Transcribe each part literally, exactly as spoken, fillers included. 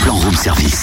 plan room service.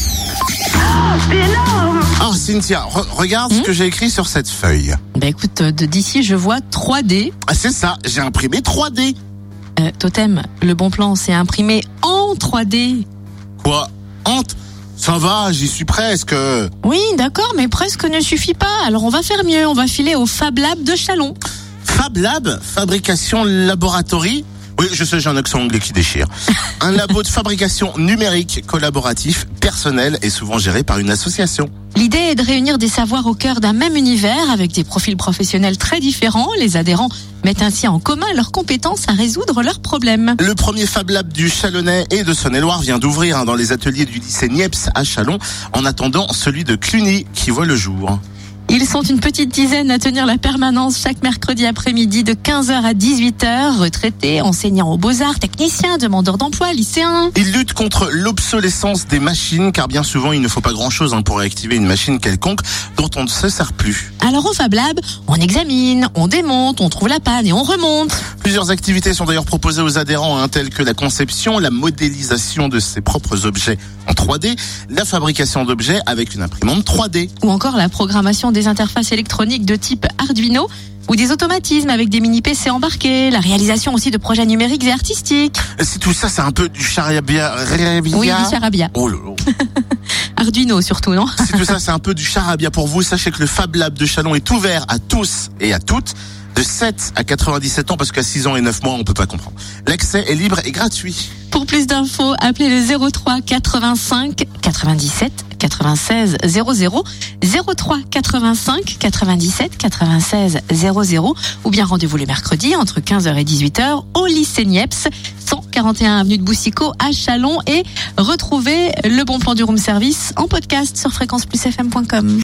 C'est énorme! Alors Cynthia, re- regarde Mmh. ce que j'ai écrit sur cette feuille. Bah écoute, de d'ici je vois trois D. Ah, c'est ça, j'ai imprimé trois D. Euh, Totem, le bon plan c'est imprimé en trois D. Quoi? Hante? Ça va, j'y suis presque. Oui, d'accord, mais presque ne suffit pas. Alors on va faire mieux, on va filer au Fab Lab de Chalon. Fab Lab, fabrication laboratory. Oui, je sais, j'ai un accent anglais qui déchire. Un labo de fabrication numérique, collaboratif, personnel et souvent géré par une association. L'idée est de réunir des savoirs au cœur d'un même univers avec des profils professionnels très différents. Les adhérents mettent ainsi en commun leurs compétences à résoudre leurs problèmes. Le premier Fab Lab du Chalonnais et de Saône-et-Loire vient d'ouvrir hein, dans les ateliers du lycée Niepce à Chalon, en attendant celui de Cluny qui voit le jour. Ils sont une petite dizaine à tenir la permanence chaque mercredi après-midi de quinze heures à dix-huit heures. Retraités, enseignants aux beaux-arts, techniciens, demandeurs d'emploi, lycéens. Ils luttent contre l'obsolescence des machines, car bien souvent il ne faut pas grand-chose hein, pour réactiver une machine quelconque dont on ne se sert plus. Alors au Fab Lab, on examine, on démonte, on trouve la panne et on remonte. Plusieurs activités sont d'ailleurs proposées aux adhérents, hein, telles que la conception, la modélisation de ses propres objets en trois D, la fabrication d'objets avec une imprimante trois D. Ou encore la programmation des interfaces électroniques de type Arduino ou des automatismes avec des mini-P C embarqués, la réalisation aussi de projets numériques et artistiques. Si tout ça c'est un peu du charabia... Oui, du charabia. Oh là là. Arduino surtout, non? Si tout ça c'est un peu du charabia pour vous, sachez que le Fab Lab de Chalon est ouvert à tous et à toutes, de sept à quatre-vingt-dix-sept ans, parce qu'à six ans et neuf mois, on peut pas comprendre. L'accès est libre et gratuit. Pour plus d'infos, appelez le zéro trois quatre-vingt-cinq quatre-vingt-dix-sept quatre-vingt-seize zéro zéro, zéro trois quatre-vingt-cinq quatre-vingt-dix-sept quatre-vingt-seize zéro zéro, ou bien rendez-vous le mercredi entre quinze heures et dix-huit heures au lycée Niepce, cent quarante et un avenue de Boussicot à Chalon, et retrouvez le bon plan du room service en podcast sur fréquence plus f m point com.